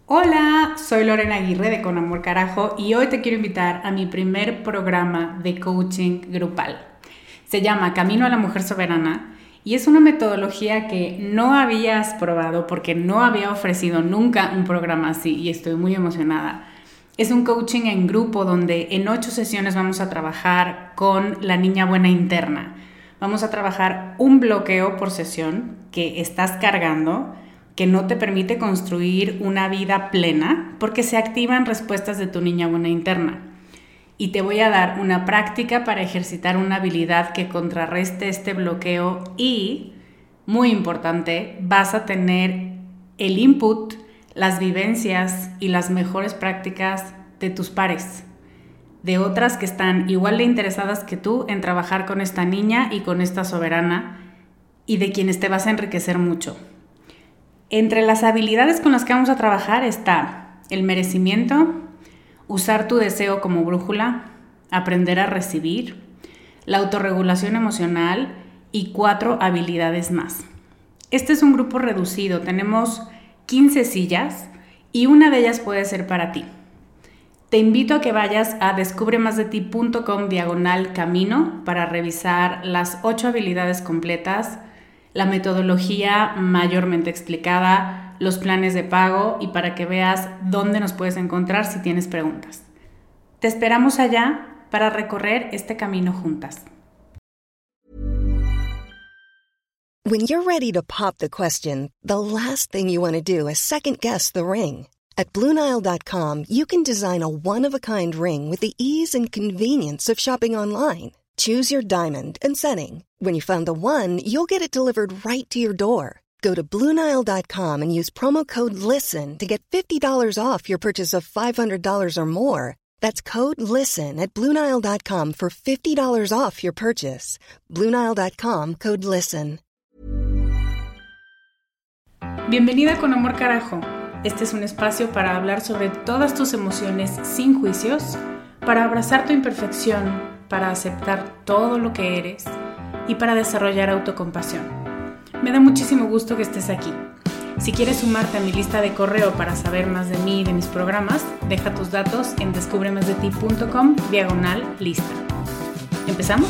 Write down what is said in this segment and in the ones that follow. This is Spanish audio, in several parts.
Hola, soy Lorena Aguirre de Con Amor Carajo y hoy te quiero invitar a mi primer programa de coaching grupal. Se llama Camino a la Mujer Soberana y es una metodología que no habías probado porque no había ofrecido nunca un programa así y estoy muy emocionada. Es un coaching en grupo donde en 8 sesiones vamos a trabajar con la niña buena interna. Vamos a trabajar un bloqueo por sesión que estás cargando, que no te permite construir una vida plena porque se activan respuestas de tu niña buena interna. Y te voy a dar una práctica para ejercitar una habilidad que contrarreste este bloqueo y, muy importante, vas a tener el input, las vivencias y las mejores prácticas de tus pares, de otras que están igual de interesadas que tú en trabajar con esta niña y con esta soberana y de quienes te vas a enriquecer mucho. Entre las habilidades con las que vamos a trabajar está el merecimiento, usar tu deseo como brújula, aprender a recibir, la autorregulación emocional y 4 habilidades más. Este es un grupo reducido, tenemos 15 sillas y una de ellas puede ser para ti. Te invito a que vayas a descubremasdeti.com/camino para revisar las 8 habilidades completas, la metodología mayormente explicada, los planes de pago y para que veas dónde nos puedes encontrar si tienes preguntas. Te esperamos allá para recorrer este camino juntas. When you're ready to pop the question, the last thing you want to do is second-guess the ring. At BlueNile.com, you can design a one-of-a-kind ring with the ease and convenience of shopping online. Choose your diamond and setting. When you find the one, you'll get it delivered right to your door. Go to BlueNile.com and use promo code LISTEN to get $50 off your purchase of $500 or more. That's code LISTEN at BlueNile.com for $50 off your purchase. BlueNile.com, code LISTEN. Bienvenida Con Amor Carajo. Este es un espacio para hablar sobre todas tus emociones sin juicios, para abrazar tu imperfección, para aceptar todo lo que eres y para desarrollar autocompasión. Me da muchísimo gusto que estés aquí. Si quieres sumarte a mi lista de correo para saber más de mí y de mis programas, deja tus datos en descubremasdeti.com/lista. ¿Empezamos?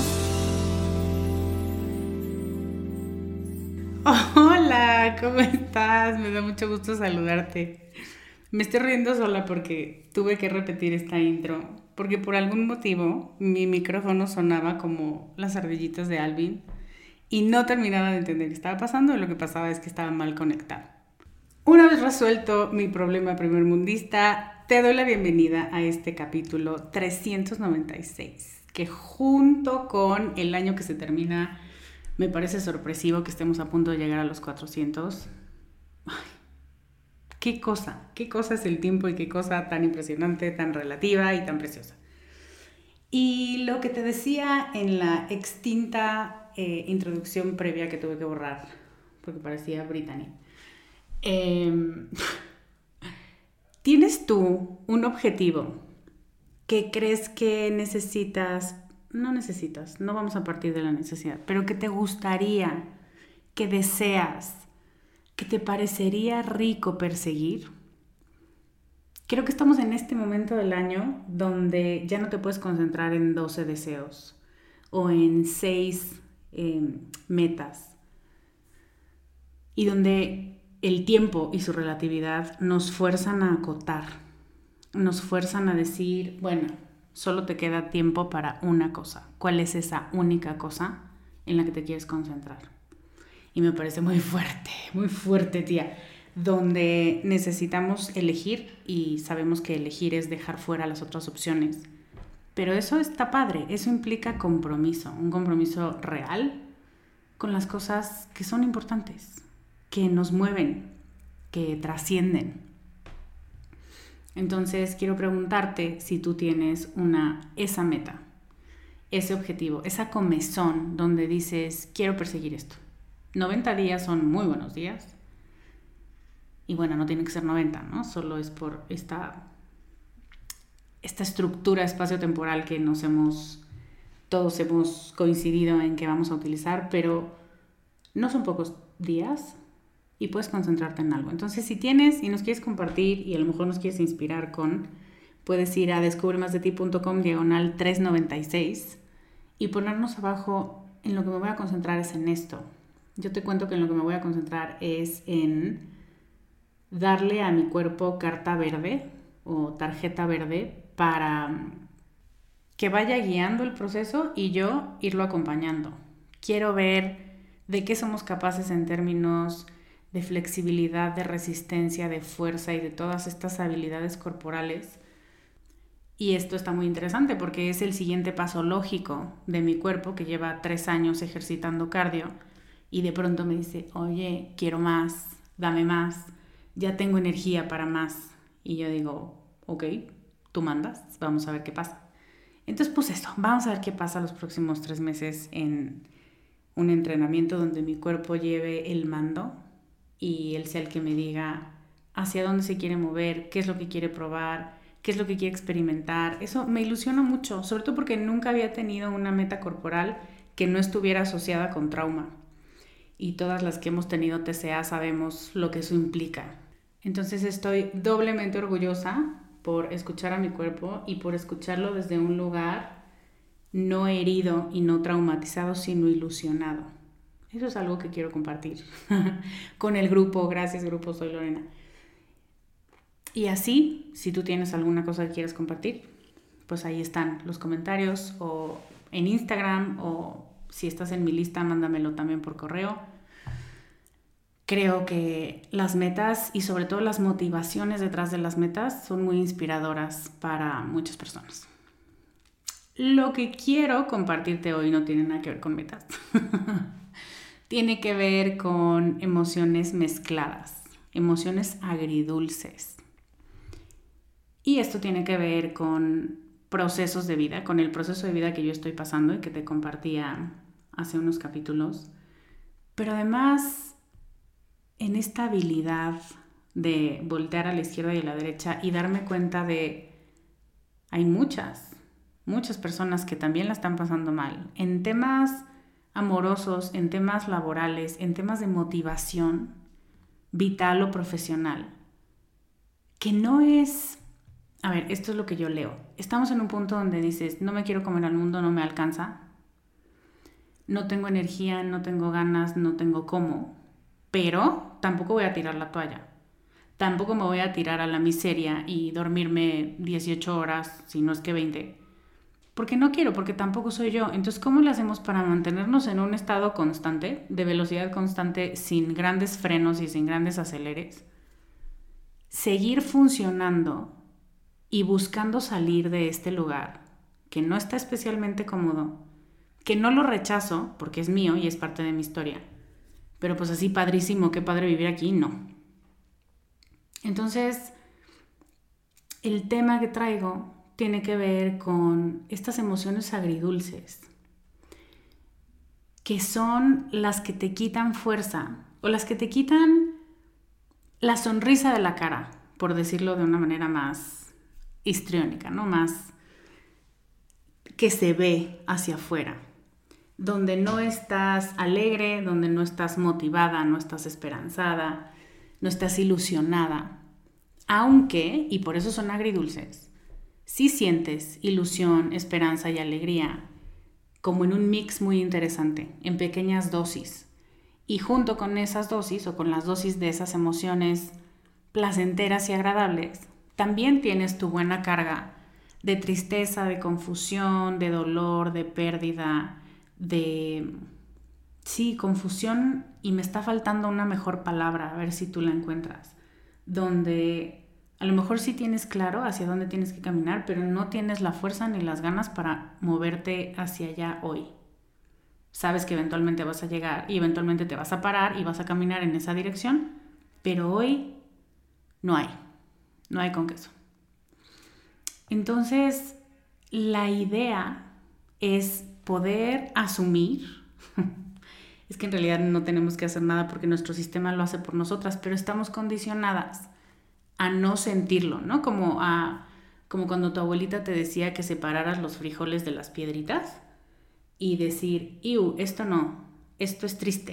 Hola, ¿cómo estás? Me da mucho gusto saludarte. Me estoy riendo sola porque tuve que repetir esta intro, porque por algún motivo mi micrófono sonaba como las ardillitas de Alvin y no terminaba de entender qué estaba pasando y lo que pasaba es que estaba mal conectado. Una vez resuelto mi problema primermundista, te doy la bienvenida a este capítulo 396, que junto con el año que se termina, me parece sorpresivo que estemos a punto de llegar a los 400. Ay, qué cosa es el tiempo y qué cosa tan impresionante, tan relativa y tan preciosa. Y lo que te decía en la extinta introducción previa que tuve que borrar, porque parecía Brittany. ¿Tienes tú un objetivo que crees que no vamos a partir de la necesidad, pero que te gustaría, que deseas, que te parecería rico perseguir? Creo que estamos en este momento del año donde ya no te puedes concentrar en 12 deseos o en 6 metas y donde el tiempo y su relatividad nos fuerzan a acotar, nos fuerzan a decir, bueno, solo te queda tiempo para una cosa. ¿Cuál es esa única cosa en la que te quieres concentrar? Y me parece muy fuerte, tía, donde necesitamos elegir y sabemos que elegir es dejar fuera las otras opciones. Pero eso está padre, eso implica compromiso, un compromiso real con las cosas que son importantes, que nos mueven, que trascienden. Entonces quiero preguntarte si tú tienes esa meta, ese objetivo, esa comezón donde dices, quiero perseguir esto. 90 días son muy buenos días. Y bueno, no tiene que ser 90, ¿no? Solo es por esta estructura espacio-temporal que todos hemos coincidido en que vamos a utilizar, pero no son pocos días. y puedes concentrarte en algo. Entonces, si tienes y nos quieres compartir y a lo mejor nos quieres inspirar puedes ir a descubremasdeti.com/396 y ponernos abajo, en lo que me voy a concentrar es en esto. Yo te cuento que en lo que me voy a concentrar es en darle a mi cuerpo carta verde o tarjeta verde para que vaya guiando el proceso y yo irlo acompañando. Quiero ver de qué somos capaces en términos de flexibilidad, de resistencia, de fuerza y de todas estas habilidades corporales. Y esto está muy interesante porque es el siguiente paso lógico de mi cuerpo, que lleva 3 años ejercitando cardio y de pronto me dice, oye, quiero más, dame más, ya tengo energía para más. Y yo digo, ok, tú mandas, vamos a ver qué pasa. Entonces, pues eso, vamos a ver qué pasa los próximos 3 meses en un entrenamiento donde mi cuerpo lleve el mando y él sea el que me diga hacia dónde se quiere mover, qué es lo que quiere probar, qué es lo que quiere experimentar. Eso me ilusiona mucho, sobre todo porque nunca había tenido una meta corporal que no estuviera asociada con trauma. Y todas las que hemos tenido TCA sabemos lo que eso implica. Entonces estoy doblemente orgullosa por escuchar a mi cuerpo y por escucharlo desde un lugar no herido y no traumatizado, sino ilusionado. Eso es algo que quiero compartir con el grupo. Gracias, grupo, soy Lorena. Y así, si tú tienes alguna cosa que quieras compartir, pues ahí están los comentarios o en Instagram, o si estás en mi lista, mándamelo también por correo. Creo que las metas y sobre todo las motivaciones detrás de las metas son muy inspiradoras para muchas personas. Lo que quiero compartirte hoy no tiene nada que ver con metas. Tiene que ver con emociones mezcladas, emociones agridulces. Y esto tiene que ver con procesos de vida, con el proceso de vida que yo estoy pasando y que te compartía hace unos capítulos. Pero además, en esta habilidad de voltear a la izquierda y a la derecha y darme cuenta de hay muchas personas que también la están pasando mal en temas amorosos, en temas laborales, en temas de motivación vital o profesional, que no es... A ver, esto es lo que yo leo. Estamos en un punto donde dices, no me quiero comer al mundo, no me alcanza, no tengo energía, no tengo ganas, no tengo cómo, pero tampoco voy a tirar la toalla. Tampoco me voy a tirar a la miseria y dormirme 18 horas, si no es que 20, porque no quiero, porque tampoco soy yo. Entonces, ¿cómo le hacemos para mantenernos en un estado constante, de velocidad constante, sin grandes frenos y sin grandes aceleres? Seguir funcionando y buscando salir de este lugar que no está especialmente cómodo, que no lo rechazo porque es mío y es parte de mi historia, pero pues así padrísimo, qué padre vivir aquí, no. Entonces, el tema que traigo tiene que ver con estas emociones agridulces, que son las que te quitan fuerza o las que te quitan la sonrisa de la cara, por decirlo de una manera más histriónica, ¿no? Más que se ve hacia afuera, donde no estás alegre, donde no estás motivada, no estás esperanzada, no estás ilusionada, aunque, y por eso son agridulces, sí sientes ilusión, esperanza y alegría, como en un mix muy interesante, en pequeñas dosis. Y junto con esas dosis o con las dosis de esas emociones placenteras y agradables, también tienes tu buena carga de tristeza, de confusión, de dolor, de pérdida, sí, confusión, y me está faltando una mejor palabra, a ver si tú la encuentras, donde a lo mejor sí tienes claro hacia dónde tienes que caminar, pero no tienes la fuerza ni las ganas para moverte hacia allá hoy. Sabes que eventualmente vas a llegar y eventualmente te vas a parar y vas a caminar en esa dirección, pero hoy no hay con queso. Entonces, la idea es poder asumir, es que en realidad no tenemos que hacer nada porque nuestro sistema lo hace por nosotras, pero estamos condicionadas a no sentirlo, ¿no? Como cuando tu abuelita te decía que separaras los frijoles de las piedritas y decir, esto no, esto es triste,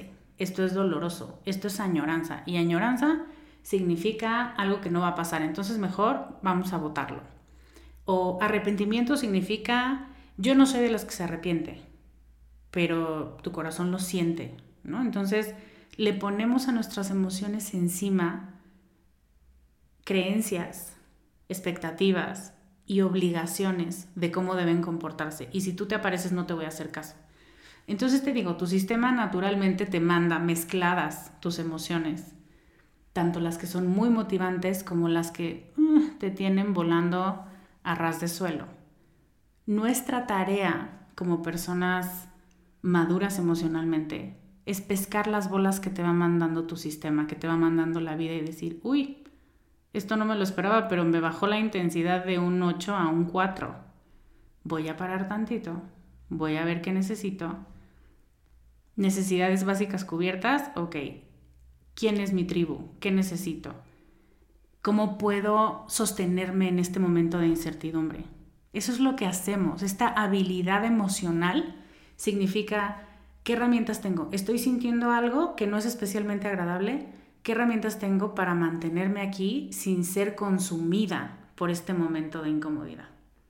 esto es doloroso, esto es añoranza. Y añoranza significa algo que no va a pasar, entonces mejor vamos a botarlo. O arrepentimiento significa, yo no soy de las que se arrepiente, pero tu corazón lo siente, ¿no? Entonces le ponemos a nuestras emociones encima creencias, expectativas y obligaciones de cómo deben comportarse. Y si tú te apareces, no te voy a hacer caso. Entonces te digo, tu sistema naturalmente te manda mezcladas tus emociones, tanto las que son muy motivantes como las que te tienen volando a ras de suelo. Nuestra tarea como personas maduras emocionalmente es pescar las bolas que te va mandando tu sistema, que te va mandando la vida y decir, uy, esto no me lo esperaba, pero me bajó la intensidad de un 8 a un 4. Voy a parar tantito, voy a ver qué necesito. Necesidades básicas cubiertas, ok. ¿Quién es mi tribu? ¿Qué necesito? ¿Cómo puedo sostenerme en este momento de incertidumbre? Eso es lo que hacemos. Esta habilidad emocional significa qué herramientas tengo. ¿Estoy sintiendo algo que no es especialmente agradable? ¿Qué herramientas tengo para mantenerme aquí sin ser consumida por este momento de incomodidad?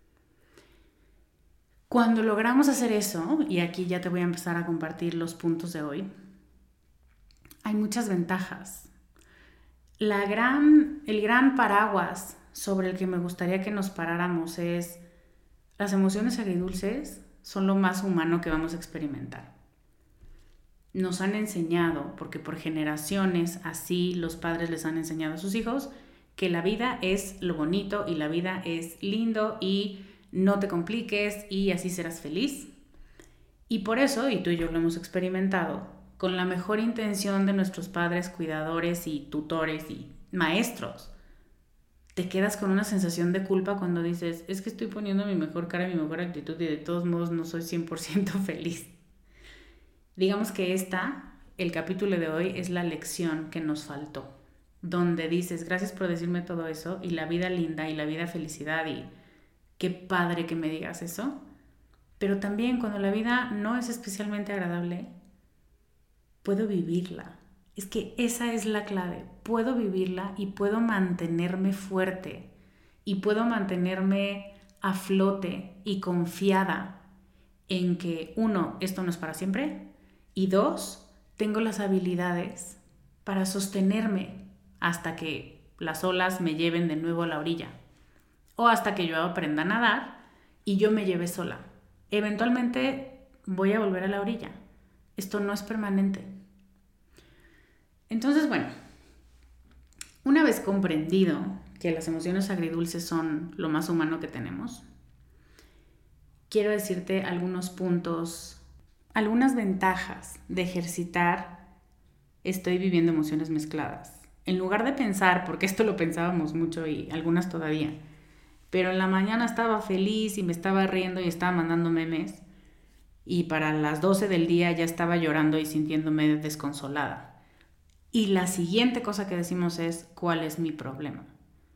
Cuando logramos hacer eso, y aquí ya te voy a empezar a compartir los puntos de hoy, hay muchas ventajas. El gran paraguas sobre el que me gustaría que nos paráramos es las emociones agridulces son lo más humano que vamos a experimentar. Nos han enseñado, porque por generaciones así los padres les han enseñado a sus hijos, que la vida es lo bonito y la vida es lindo y no te compliques y así serás feliz. Y por eso, y tú y yo lo hemos experimentado, con la mejor intención de nuestros padres, cuidadores y tutores y maestros, te quedas con una sensación de culpa cuando dices, es que estoy poniendo mi mejor cara, mi mejor actitud y de todos modos no soy 100% feliz. Digamos que el capítulo de hoy, es la lección que nos faltó, donde dices, gracias por decirme todo eso y la vida linda y la vida felicidad y qué padre que me digas eso, pero también cuando la vida no es especialmente agradable, puedo vivirla. Es que esa es la clave, puedo vivirla y puedo mantenerme fuerte y puedo mantenerme a flote y confiada en que, 1, esto no es para siempre, y 2, tengo las habilidades para sostenerme hasta que las olas me lleven de nuevo a la orilla o hasta que yo aprenda a nadar y yo me lleve sola. Eventualmente voy a volver a la orilla. Esto no es permanente. Entonces, bueno, una vez comprendido que las emociones agridulces son lo más humano que tenemos, quiero decirte algunos puntos, algunas ventajas de ejercitar estoy viviendo emociones mezcladas. En lugar de pensar, porque esto lo pensábamos mucho y algunas todavía, pero en la mañana estaba feliz y me estaba riendo y estaba mandando memes y para las 12 del día ya estaba llorando y sintiéndome desconsolada. Y la siguiente cosa que decimos es, ¿cuál es mi problema?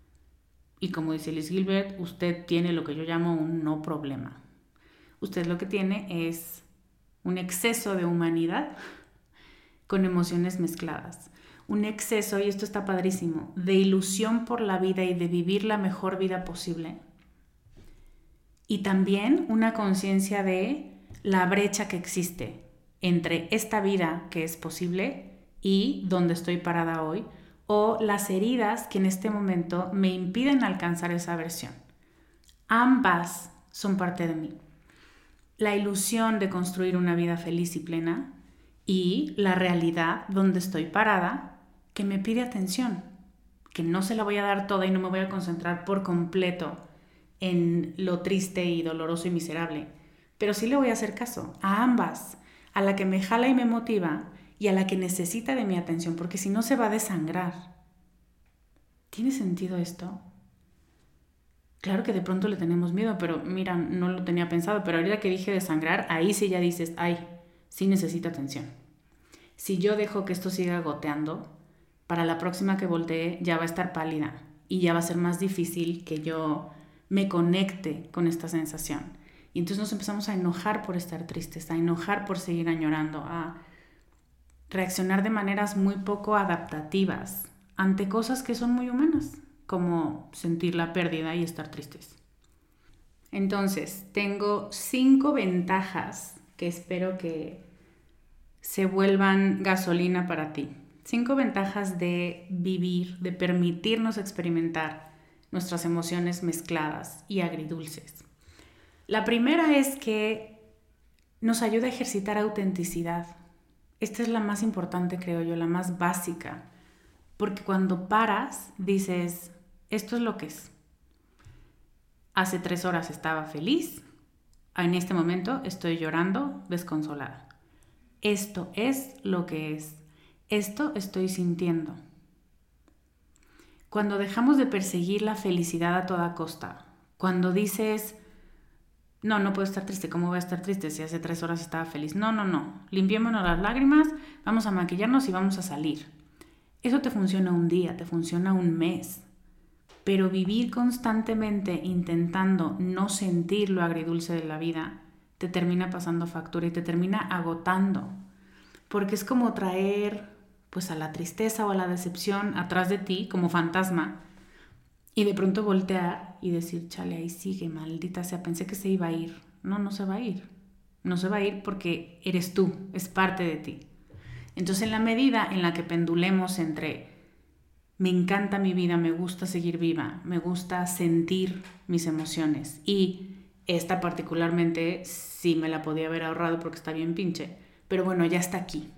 Y como dice Liz Gilbert, usted tiene lo que yo llamo un no problema. Usted lo que tiene es un exceso de humanidad con emociones mezcladas. Un exceso, y esto está padrísimo, de ilusión por la vida y de vivir la mejor vida posible. Y también una conciencia de la brecha que existe entre esta vida que es posible y donde estoy parada hoy, o las heridas que en este momento me impiden alcanzar esa versión. Ambas son parte de mí. La ilusión de construir una vida feliz y plena y la realidad donde estoy parada que me pide atención, que no se la voy a dar toda y no me voy a concentrar por completo en lo triste y doloroso y miserable, pero sí le voy a hacer caso a ambas, a la que me jala y me motiva y a la que necesita de mi atención, porque si no se va a desangrar. ¿Tiene sentido esto? Claro que de pronto le tenemos miedo, pero mira, no lo tenía pensado, pero ahorita que dije desangrar, ahí sí ya dices, ay, sí necesita atención. Si yo dejo que esto siga goteando, para la próxima que voltee ya va a estar pálida y ya va a ser más difícil que yo me conecte con esta sensación. Y entonces nos empezamos a enojar por estar tristes, a enojar por seguir añorando, reaccionar de maneras muy poco adaptativas ante cosas que son muy humanas, como sentir la pérdida y estar tristes. Entonces, tengo 5 ventajas que espero que se vuelvan gasolina para ti. 5 ventajas de vivir, de permitirnos experimentar nuestras emociones mezcladas y agridulces. La primera es que nos ayuda a ejercitar autenticidad. Esta es la más importante, creo yo, la más básica. Porque cuando paras, dices, esto es lo que es. Hace 3 horas estaba feliz, en este momento estoy llorando, desconsolada. Esto es lo que es. Esto estoy sintiendo. Cuando dejamos de perseguir la felicidad a toda costa, cuando dices, no puedo estar triste, ¿cómo voy a estar triste si hace 3 horas estaba feliz? No, limpiémonos las lágrimas, vamos a maquillarnos y vamos a salir. Eso te funciona un día, te funciona un mes. Pero vivir constantemente intentando no sentir lo agridulce de la vida te termina pasando factura y te termina agotando. Porque es como traer pues a la tristeza o a la decepción atrás de ti como fantasma y de pronto voltear y decir, chale, ahí sigue, maldita sea, pensé que se iba a ir. No se va a ir. No se va a ir porque eres tú, es parte de ti. Entonces, en la medida en la que pendulemos entre me encanta mi vida, me gusta seguir viva, me gusta sentir mis emociones y esta particularmente sí me la podía haber ahorrado porque está bien pinche, pero bueno, ya está aquí.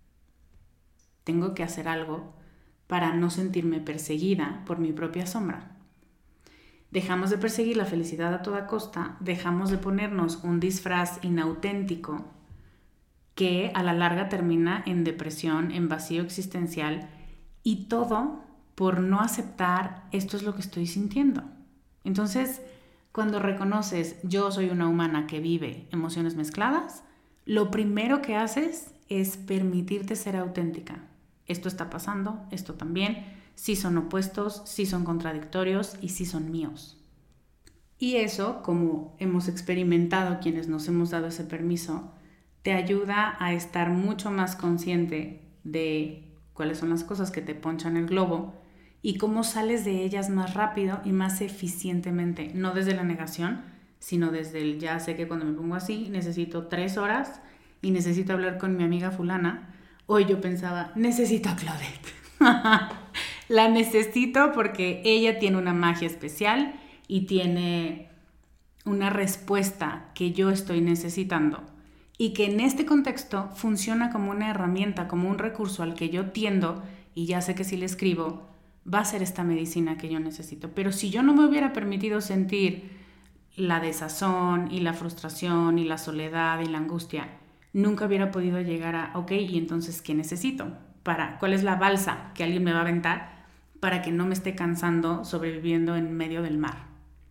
Tengo que hacer algo para no sentirme perseguida por mi propia sombra. Dejamos de perseguir la felicidad a toda costa, dejamos de ponernos un disfraz inauténtico que a la larga termina en depresión, en vacío existencial y todo por no aceptar esto es lo que estoy sintiendo. Entonces, cuando reconoces yo soy una humana que vive emociones mezcladas, lo primero que haces es permitirte ser auténtica. Esto está pasando, esto también, sí son opuestos, sí son contradictorios y sí son míos. Y eso, como hemos experimentado quienes nos hemos dado ese permiso, te ayuda a estar mucho más consciente de cuáles son las cosas que te ponchan el globo y cómo sales de ellas más rápido y más eficientemente, no desde la negación, sino desde el ya sé que cuando me pongo así necesito 3 horas y necesito hablar con mi amiga fulana. Hoy yo pensaba, necesito a Claudette. La necesito porque ella tiene una magia especial y tiene una respuesta que yo estoy necesitando y que en este contexto funciona como una herramienta, como un recurso al que yo tiendo y ya sé que si le escribo va a ser esta medicina que yo necesito. Pero si yo no me hubiera permitido sentir la desazón y la frustración y la soledad y la angustia, nunca hubiera podido llegar a, ok, ¿y entonces qué necesito? ¿Cuál es la balsa que alguien me va a aventar para que no me esté cansando sobreviviendo en medio del mar?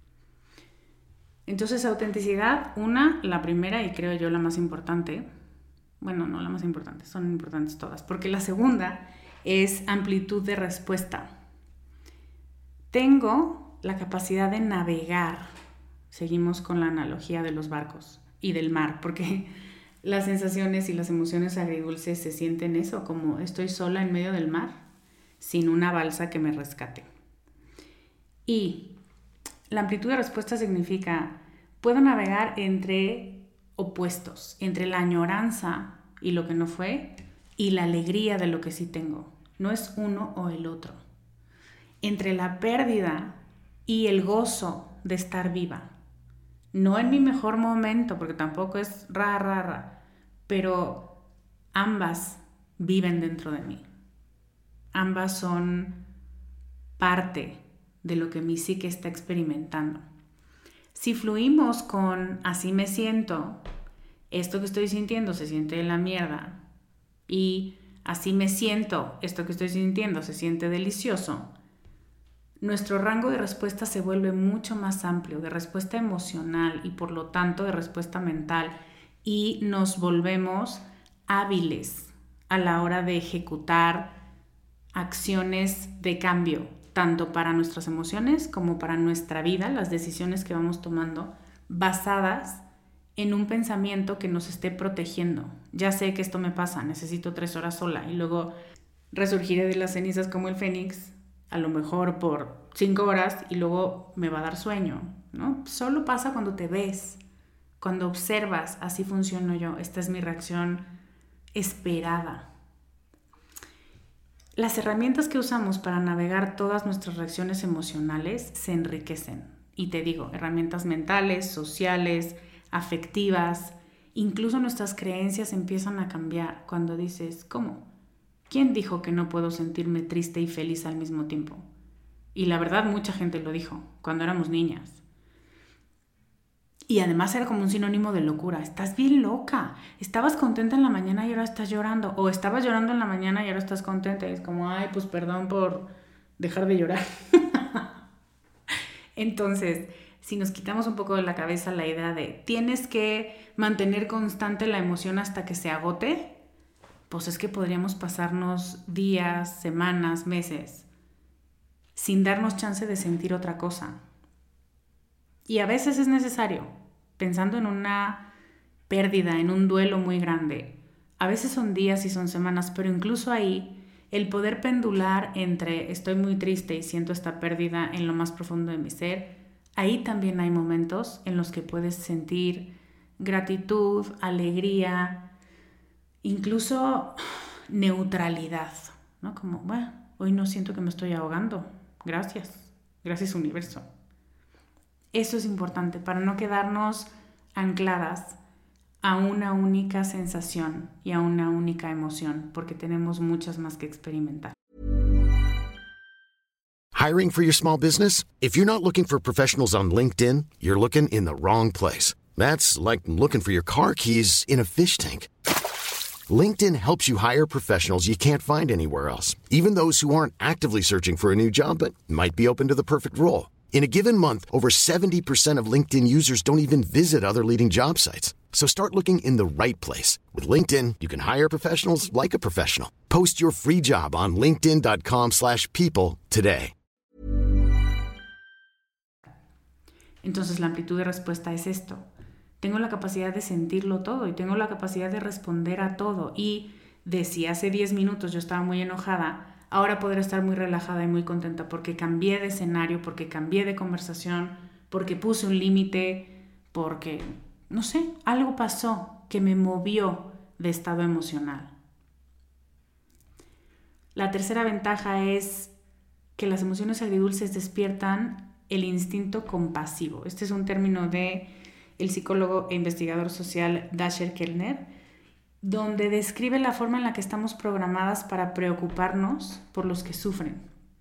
Entonces, autenticidad, la primera y creo yo la más importante. Bueno, no la más importante, son importantes todas, porque la segunda es amplitud de respuesta. Tengo la capacidad de navegar, seguimos con la analogía de los barcos y del mar, porque las sensaciones y las emociones agridulces se sienten eso, como estoy sola en medio del mar, sin una balsa que me rescate. Y la amplitud de respuesta significa, puedo navegar entre opuestos, entre la añoranza y lo que no fue, y la alegría de lo que sí tengo. No es uno o el otro. Entre la pérdida y el gozo de estar viva. No en mi mejor momento, porque tampoco es pero ambas viven dentro de mí. Ambas son parte de lo que mi psique está experimentando. Si fluimos con así me siento, esto que estoy sintiendo se siente de la mierda, y así me siento, esto que estoy sintiendo se siente delicioso, nuestro rango de respuesta se vuelve mucho más amplio, de respuesta emocional y por lo tanto de respuesta mental, y nos volvemos hábiles a la hora de ejecutar acciones de cambio, tanto para nuestras emociones como para nuestra vida, las decisiones que vamos tomando basadas en un pensamiento que nos esté protegiendo. Ya sé que esto me pasa, necesito 3 horas sola y luego resurgiré de las cenizas como el fénix, a lo mejor por 5 horas y luego me va a dar sueño, ¿no? Solo pasa cuando te ves, cuando observas, así funciono yo, esta es mi reacción esperada. Las herramientas que usamos para navegar todas nuestras reacciones emocionales se enriquecen. Y te digo, herramientas mentales, sociales, afectivas, incluso nuestras creencias empiezan a cambiar cuando dices, ¿cómo? ¿Quién dijo que no puedo sentirme triste y feliz al mismo tiempo? Y la verdad, mucha gente lo dijo cuando éramos niñas. Y además era como un sinónimo de locura. Estás bien loca. Estabas contenta en la mañana y ahora estás llorando. O estabas llorando en la mañana y ahora estás contenta. Y es como, ay, pues perdón por dejar de llorar. Entonces, si nos quitamos un poco de la cabeza la idea de tienes que mantener constante la emoción hasta que se agote, pues es que podríamos pasarnos días, semanas, meses sin darnos chance de sentir otra cosa. Y a veces es necesario, pensando en una pérdida, en un duelo muy grande. A veces son días y son semanas, pero incluso ahí el poder pendular entre estoy muy triste y siento esta pérdida en lo más profundo de mi ser, ahí también hay momentos en los que puedes sentir gratitud, alegría, incluso neutralidad, ¿no? Como, bueno, hoy no siento que me estoy ahogando. Gracias universo. Eso es importante para no quedarnos ancladas a una única sensación y a una única emoción, porque tenemos muchas más que experimentar. Hiring for your small business? If you're not looking for professionals on LinkedIn, you're looking in the wrong place. That's like looking for your car keys in a fish tank. LinkedIn helps you hire professionals you can't find anywhere else, even those who aren't actively searching for a new job but might be open to the perfect role. In a given month, over 70% of LinkedIn users don't even visit other leading job sites. So start looking in the right place. With LinkedIn, you can hire professionals like a professional. Post your free job on linkedin.com/people today. Entonces la amplitud de respuesta es esto. Tengo la capacidad de sentirlo todo y tengo la capacidad de responder a todo. Y de si hace 10 minutos yo estaba muy enojada, ahora podré estar muy relajada y muy contenta porque cambié de escenario, porque cambié de conversación, porque puse un límite, porque, no sé, algo pasó que me movió de estado emocional. La tercera ventaja es que las emociones agridulces despiertan el instinto compasivo. Este es un término de el psicólogo e investigador social Dasher Kellner, donde describe la forma en la que estamos programadas para preocuparnos por los que sufren.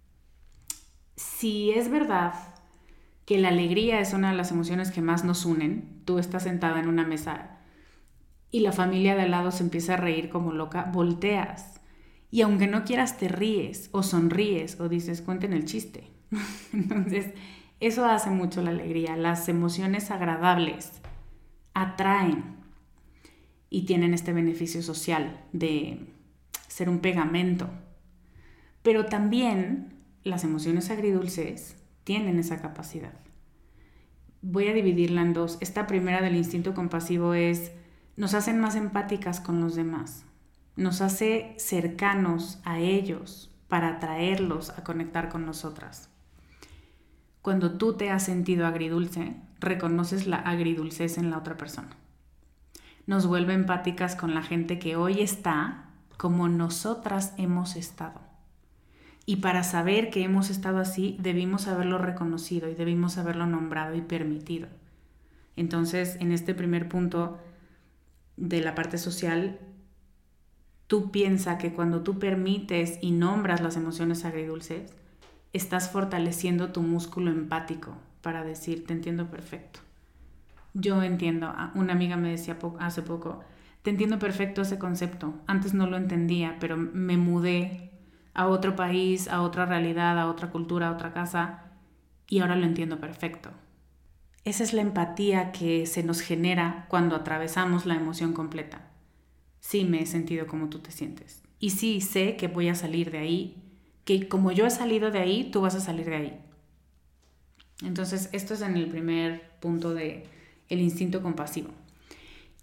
Si es verdad que la alegría es una de las emociones que más nos unen, tú estás sentada en una mesa y la familia de al lado se empieza a reír como loca, volteas y aunque no quieras te ríes o sonríes o dices cuenten el chiste. Entonces, eso hace mucho la alegría. Las emociones agradables atraen y tienen este beneficio social de ser un pegamento. Pero también las emociones agridulces tienen esa capacidad. Voy a dividirla en dos. Esta primera del instinto compasivo nos hacen más empáticas con los demás. Nos hace cercanos a ellos para atraerlos a conectar con nosotras. Cuando tú te has sentido agridulce, reconoces la agridulcez en la otra persona. Nos vuelve empáticas con la gente que hoy está como nosotras hemos estado. Y para saber que hemos estado así, debimos haberlo reconocido y debimos haberlo nombrado y permitido. Entonces, en este primer punto de la parte social, tú piensas que cuando tú permites y nombras las emociones agridulces, estás fortaleciendo tu músculo empático para decir, te entiendo perfecto. Yo entiendo, una amiga me decía hace poco, te entiendo perfecto ese concepto. Antes no lo entendía, pero me mudé a otro país, a otra realidad, a otra cultura, a otra casa, y ahora lo entiendo perfecto. Esa es la empatía que se nos genera cuando atravesamos la emoción completa. Sí me he sentido como tú te sientes. Y sí sé que voy a salir de ahí, que como yo he salido de ahí, tú vas a salir de ahí. Entonces, esto es en el primer punto de el instinto compasivo.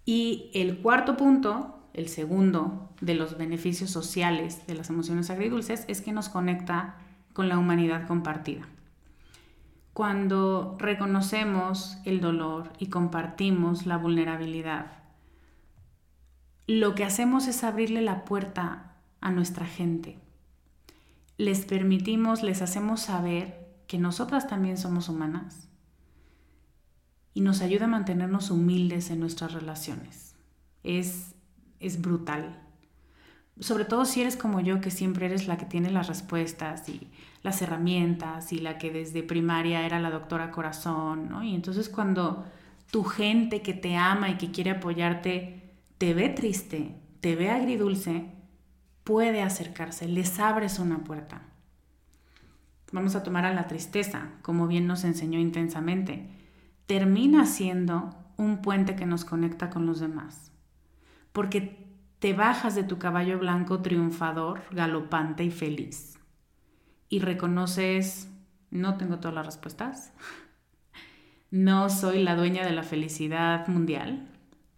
Y el cuarto punto, el segundo de los beneficios sociales de las emociones agridulces, es que nos conecta con la humanidad compartida. Cuando reconocemos el dolor y compartimos la vulnerabilidad, lo que hacemos es abrirle la puerta a nuestra gente. Les permitimos, les hacemos saber que nosotras también somos humanas y nos ayuda a mantenernos humildes en nuestras relaciones. Es brutal. Sobre todo si eres como yo, que siempre eres la que tiene las respuestas y las herramientas y la que desde primaria era la doctora corazón, ¿no? Y entonces cuando tu gente que te ama y que quiere apoyarte te ve triste, te ve agridulce, puede acercarse, les abres una puerta. Vamos a tomar a la tristeza, como bien nos enseñó Intensamente. Termina siendo un puente que nos conecta con los demás, porque te bajas de tu caballo blanco triunfador, galopante y feliz, y reconoces, no tengo todas las respuestas, no soy la dueña de la felicidad mundial,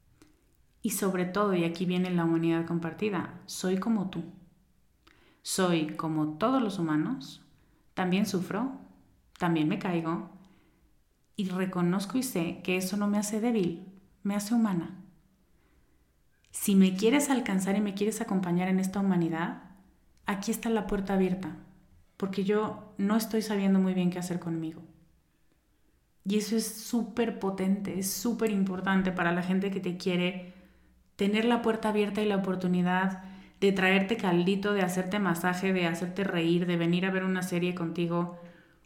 y sobre todo, y aquí viene la humanidad compartida, soy como tú, soy como todos los humanos, también sufro, también me caigo, y reconozco y sé que eso no me hace débil, me hace humana. Si me quieres alcanzar y me quieres acompañar en esta humanidad, aquí está la puerta abierta, porque yo no estoy sabiendo muy bien qué hacer conmigo. Y eso es súper potente, es súper importante para la gente que te quiere, tener la puerta abierta y la oportunidad de traerte caldito, de hacerte masaje, de hacerte reír, de venir a ver una serie contigo.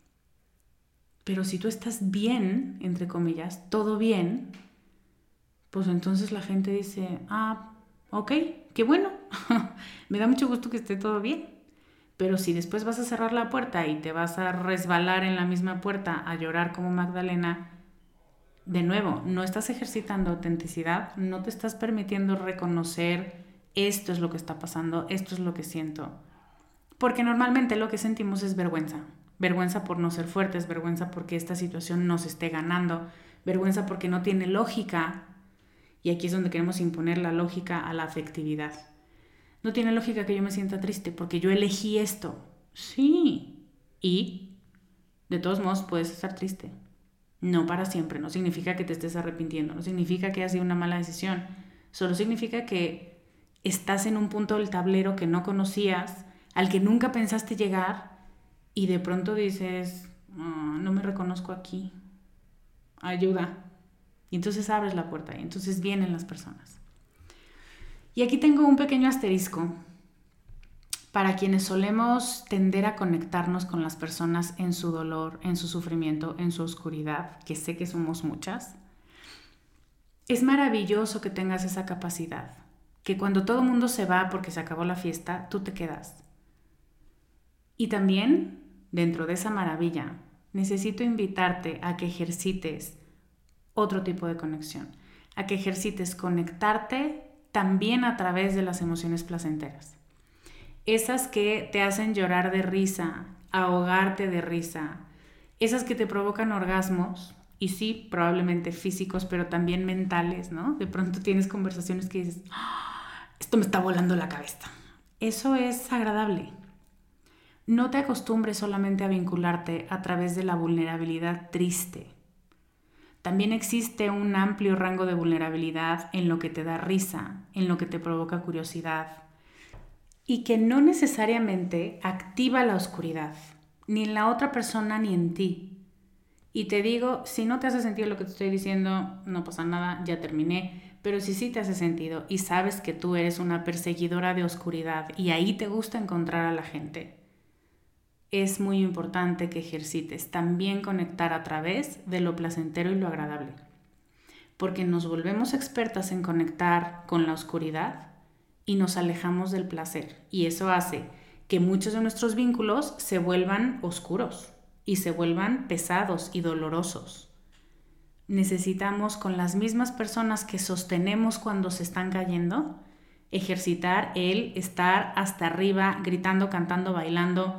Pero si tú estás bien, entre comillas, todo bien, pues entonces la gente dice, ok, qué bueno, me da mucho gusto que esté todo bien. Pero si después vas a cerrar la puerta y te vas a resbalar en la misma puerta a llorar como Magdalena, de nuevo, no estás ejercitando autenticidad, no te estás permitiendo reconocer esto es lo que está pasando, esto es lo que siento. Porque normalmente lo que sentimos es vergüenza. Vergüenza por no ser fuertes, vergüenza porque esta situación nos esté ganando, vergüenza porque no tiene lógica. Y aquí es donde queremos imponer la lógica a la afectividad. No tiene lógica que yo me sienta triste porque yo elegí esto. Sí. Y de todos modos puedes estar triste. No para siempre. No significa que te estés arrepintiendo. No significa que haya sido una mala decisión. Solo significa que estás en un punto del tablero que no conocías, al que nunca pensaste llegar y de pronto dices, no me reconozco aquí. Ayuda. Y entonces abres la puerta y entonces vienen las personas. Y aquí tengo un pequeño asterisco para quienes solemos tender a conectarnos con las personas en su dolor, en su sufrimiento, en su oscuridad, que sé que somos muchas. Es maravilloso que tengas esa capacidad, que cuando todo el mundo se va porque se acabó la fiesta, tú te quedas. Y también, dentro de esa maravilla, necesito invitarte a que ejercites otro tipo de conexión, a que ejercites conectarte también a través de las emociones placenteras. Esas que te hacen llorar de risa, ahogarte de risa, esas que te provocan orgasmos, y sí, probablemente físicos, pero también mentales, ¿no? De pronto tienes conversaciones que dices, esto me está volando la cabeza. Eso es agradable. No te acostumbres solamente a vincularte a través de la vulnerabilidad triste. También existe un amplio rango de vulnerabilidad en lo que te da risa, en lo que te provoca curiosidad y que no necesariamente activa la oscuridad, ni en la otra persona ni en ti. Y te digo, si no te hace sentido lo que te estoy diciendo, no pasa nada, ya terminé, pero si sí te hace sentido y sabes que tú eres una perseguidora de oscuridad y ahí te gusta encontrar a la gente, es muy importante que ejercites también conectar a través de lo placentero y lo agradable, porque nos volvemos expertas en conectar con la oscuridad y nos alejamos del placer, y eso hace que muchos de nuestros vínculos se vuelvan oscuros y se vuelvan pesados y dolorosos. Necesitamos, con las mismas personas que sostenemos cuando se están cayendo, ejercitar el estar hasta arriba, gritando, cantando, bailando.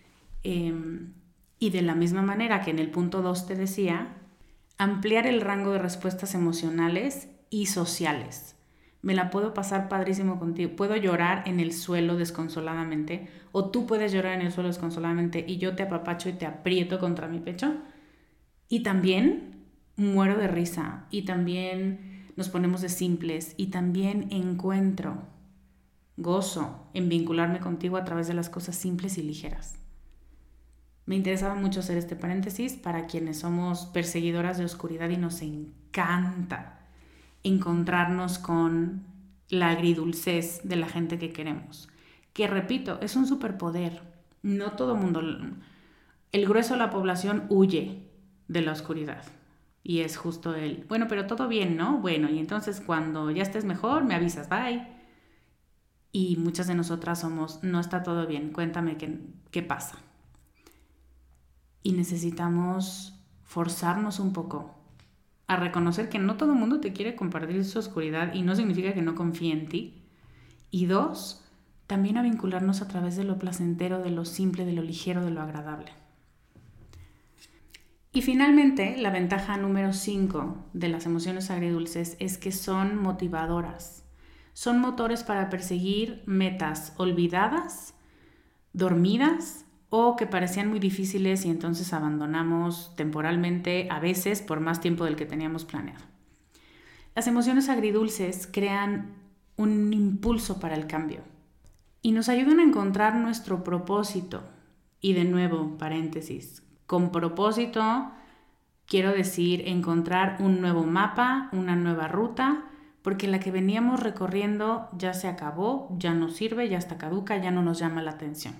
Y de la misma manera que en el punto 2 te decía, ampliar el rango de respuestas emocionales y sociales. Me la puedo pasar padrísimo contigo. Puedo llorar en el suelo desconsoladamente, o tú puedes llorar en el suelo desconsoladamente y yo te apapacho y te aprieto contra mi pecho. Y también muero de risa, y también nos ponemos de simples, y también encuentro gozo en vincularme contigo a través de las cosas simples y ligeras. Me interesaba mucho hacer este paréntesis para quienes somos perseguidoras de oscuridad y nos encanta encontrarnos con la agridulcez de la gente que queremos. Que repito, es un superpoder. No todo mundo, el grueso de la población huye de la oscuridad. Y es justo bueno, pero todo bien, ¿no? Bueno, y entonces cuando ya estés mejor, me avisas, bye. Y muchas de nosotras somos, no está todo bien, cuéntame qué pasa. Y necesitamos forzarnos un poco a reconocer que no todo el mundo te quiere compartir su oscuridad y no significa que no confíe en ti. Y 2, también a vincularnos a través de lo placentero, de lo simple, de lo ligero, de lo agradable. Y finalmente, la ventaja número 5 de las emociones agridulces es que son motivadoras. Son motores para perseguir metas olvidadas, dormidas, o que parecían muy difíciles y entonces abandonamos temporalmente, a veces por más tiempo del que teníamos planeado. Las emociones agridulces crean un impulso para el cambio y nos ayudan a encontrar nuestro propósito. Y de nuevo, paréntesis, con propósito quiero decir encontrar un nuevo mapa, una nueva ruta, porque la que veníamos recorriendo ya se acabó, ya no sirve, ya está caduca, ya no nos llama la atención.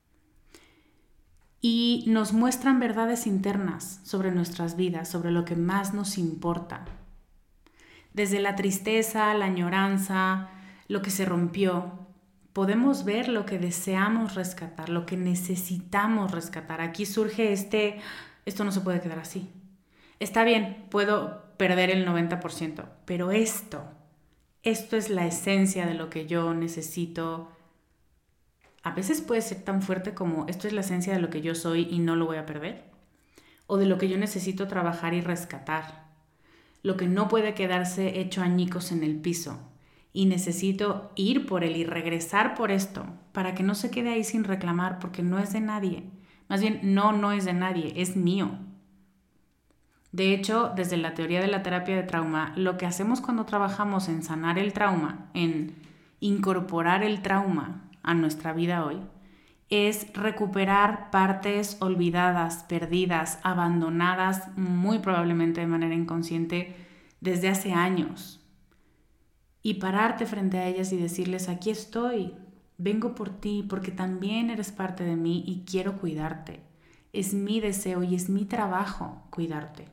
Y nos muestran verdades internas sobre nuestras vidas, sobre lo que más nos importa. Desde la tristeza, la añoranza, lo que se rompió, podemos ver lo que deseamos rescatar, lo que necesitamos rescatar. Aquí surge esto no se puede quedar así. Está bien, puedo perder el 90%, pero esto es la esencia de lo que yo necesito. A veces puede ser tan fuerte como esto es la esencia de lo que yo soy y no lo voy a perder. O de lo que yo necesito trabajar y rescatar. Lo que no puede quedarse hecho añicos en el piso. Y necesito ir por él y regresar por esto para que no se quede ahí sin reclamar porque no es de nadie. Más bien, no es de nadie, es mío. De hecho, desde la teoría de la terapia de trauma, lo que hacemos cuando trabajamos en sanar el trauma, en incorporar el trauma a nuestra vida hoy, es recuperar partes olvidadas, perdidas, abandonadas, muy probablemente de manera inconsciente, desde hace años. Y pararte frente a ellas y decirles, aquí estoy, vengo por ti, porque también eres parte de mí y quiero cuidarte. Es mi deseo y es mi trabajo cuidarte.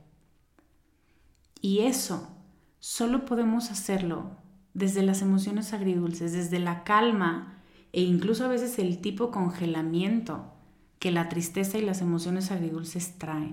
Y eso solo podemos hacerlo desde las emociones agridulces, desde la calma e incluso a veces el tipo congelamiento que la tristeza y las emociones agridulces traen.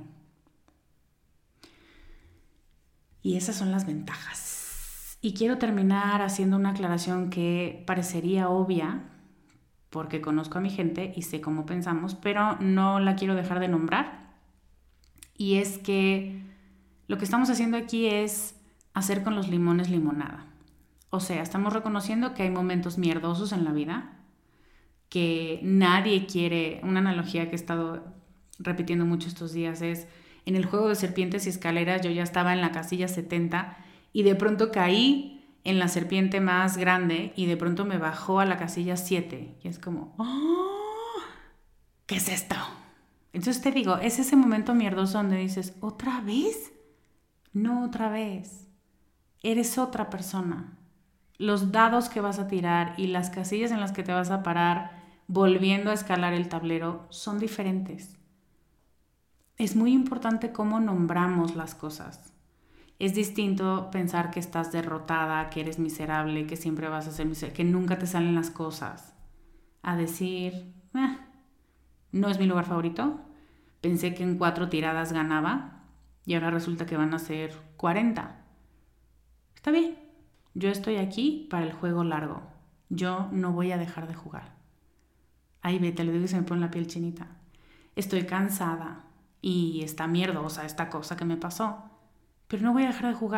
Y esas son las ventajas. Y quiero terminar haciendo una aclaración que parecería obvia, porque conozco a mi gente y sé cómo pensamos, pero no la quiero dejar de nombrar. Y es que lo que estamos haciendo aquí es hacer con los limones limonada. O sea, estamos reconociendo que hay momentos mierdosos en la vida, que nadie quiere. Una analogía que he estado repitiendo mucho estos días es, en el juego de serpientes y escaleras yo ya estaba en la casilla 70 y de pronto caí en la serpiente más grande y de pronto me bajó a la casilla 7 y es como, ¡oh! ¿Qué es esto? Entonces te digo, es ese momento mierdoso donde dices, ¿otra vez? No otra vez. Eres otra persona. Los dados que vas a tirar y las casillas en las que te vas a parar volviendo a escalar el tablero son diferentes. Es muy importante cómo nombramos las cosas. Es distinto pensar que estás derrotada, que eres miserable, que siempre vas a ser miserable, que nunca te salen las cosas, a decir, no es mi lugar favorito, pensé que en 4 tiradas ganaba y ahora resulta que van a ser 40. Está bien. Yo estoy aquí para el juego largo. Yo no voy a dejar de jugar. Ay, te lo digo y se me pone la piel chinita. Estoy cansada y está mierdosa esta cosa que me pasó. Pero no voy a dejar de jugar.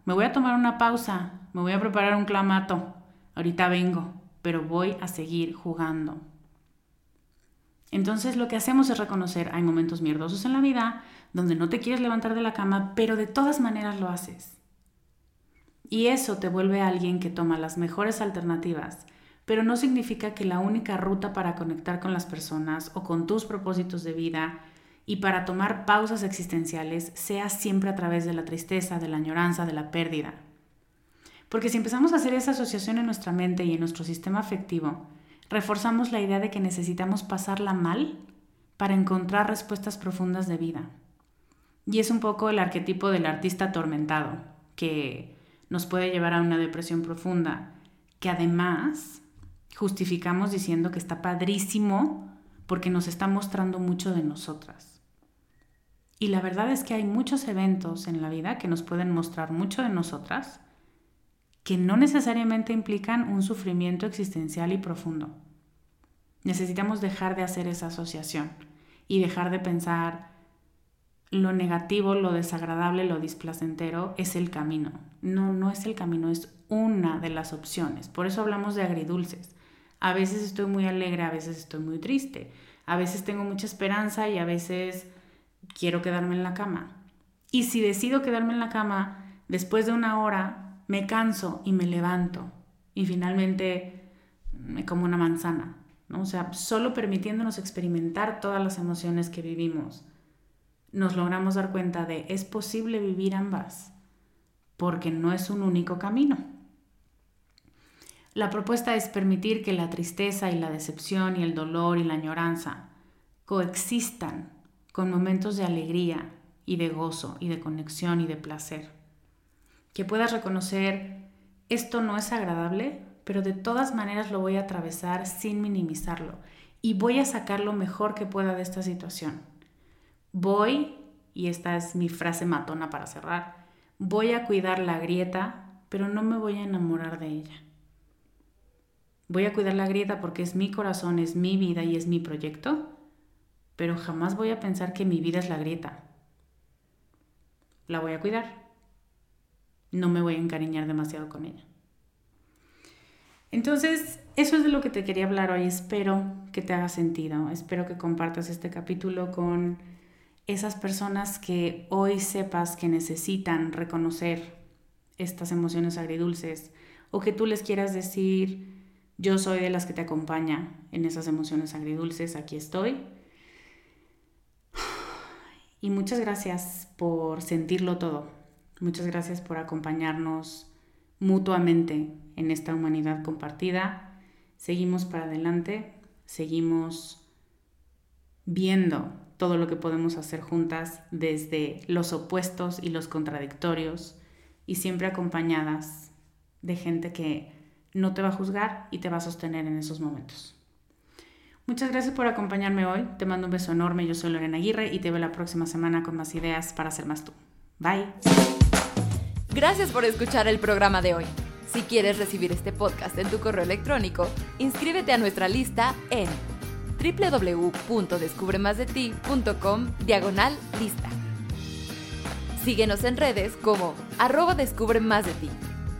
me voy a tomar una pausa, me voy a preparar un clamato, ahorita vengo, pero voy a seguir jugando. Entonces lo que hacemos es reconocer, hay momentos mierdosos en la vida donde no te quieres levantar de la cama, pero de todas maneras lo haces. Y eso te vuelve a alguien que toma las mejores alternativas, pero no significa que la única ruta para conectar con las personas o con tus propósitos de vida y para tomar pausas existenciales sea siempre a través de la tristeza, de la añoranza, de la pérdida. Porque si empezamos a hacer esa asociación en nuestra mente y en nuestro sistema afectivo, reforzamos la idea de que necesitamos pasarla mal para encontrar respuestas profundas de vida. Y es un poco el arquetipo del artista atormentado, que nos puede llevar a una depresión profunda, que además justificamos diciendo que está padrísimo porque nos está mostrando mucho de nosotras. Y la verdad es que hay muchos eventos en la vida que nos pueden mostrar mucho de nosotras, que no necesariamente implican un sufrimiento existencial y profundo. Necesitamos dejar de hacer esa asociación y dejar de pensar lo negativo, lo desagradable, lo displacentero es el camino. No, no es el camino, es una de las opciones. Por eso hablamos de agridulces. A veces estoy muy alegre, a veces estoy muy triste. A veces tengo mucha esperanza y a veces quiero quedarme en la cama. Y si decido quedarme en la cama, después de una hora me canso y me levanto. Y finalmente me como una manzana, ¿no? O sea, solo permitiéndonos experimentar todas las emociones que vivimos, nos logramos dar cuenta de es posible vivir ambas, porque no es un único camino. La propuesta es permitir que la tristeza y la decepción y el dolor y la añoranza coexistan con momentos de alegría y de gozo y de conexión y de placer. Que puedas reconocer, esto no es agradable, pero de todas maneras lo voy a atravesar sin minimizarlo y voy a sacar lo mejor que pueda de esta situación. Voy, y esta es mi frase matona para cerrar, voy a cuidar la grieta, pero no me voy a enamorar de ella. Voy a cuidar la grieta porque es mi corazón, es mi vida y es mi proyecto, pero jamás voy a pensar que mi vida es la grieta. La voy a cuidar. No me voy a encariñar demasiado con ella. Entonces, eso es de lo que te quería hablar hoy. Espero que te haga sentido. Espero que compartas este capítulo con esas personas que hoy sepas que necesitan reconocer estas emociones agridulces o que tú les quieras decir, yo soy de las que te acompaña en esas emociones agridulces, aquí estoy. Y muchas gracias por sentirlo todo. Muchas gracias por acompañarnos mutuamente en esta humanidad compartida. Seguimos para adelante, seguimos viendo todo lo que podemos hacer juntas desde los opuestos y los contradictorios y siempre acompañadas de gente que no te va a juzgar y te va a sostener en esos momentos. Muchas gracias por acompañarme hoy. Te mando un beso enorme. Yo soy Lorena Aguirre y te veo la próxima semana con más ideas para ser más tú. Bye. Gracias por escuchar el programa de hoy. Si quieres recibir este podcast en tu correo electrónico, inscríbete a nuestra lista en www.descubremasdeti.com/lista. Síguenos en redes como @descubremasdeti.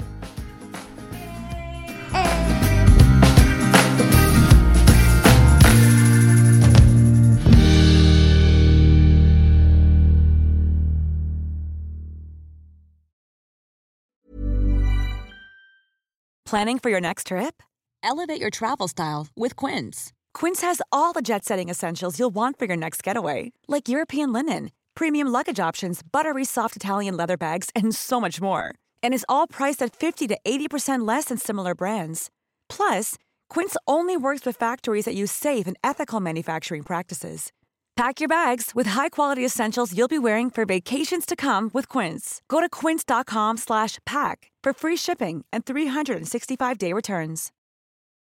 Planning for your next trip? Elevate your travel style with Quince. Quince has all the jet-setting essentials you'll want for your next getaway, like European linen, premium luggage options, buttery soft Italian leather bags, and so much more. And is all priced at 50 to 80% less than similar brands. Plus, Quince only works with factories that use safe and ethical manufacturing practices. Pack your bags with high-quality essentials you'll be wearing for vacations to come with Quince. Go to quince.com/pack for free shipping and 365-day returns.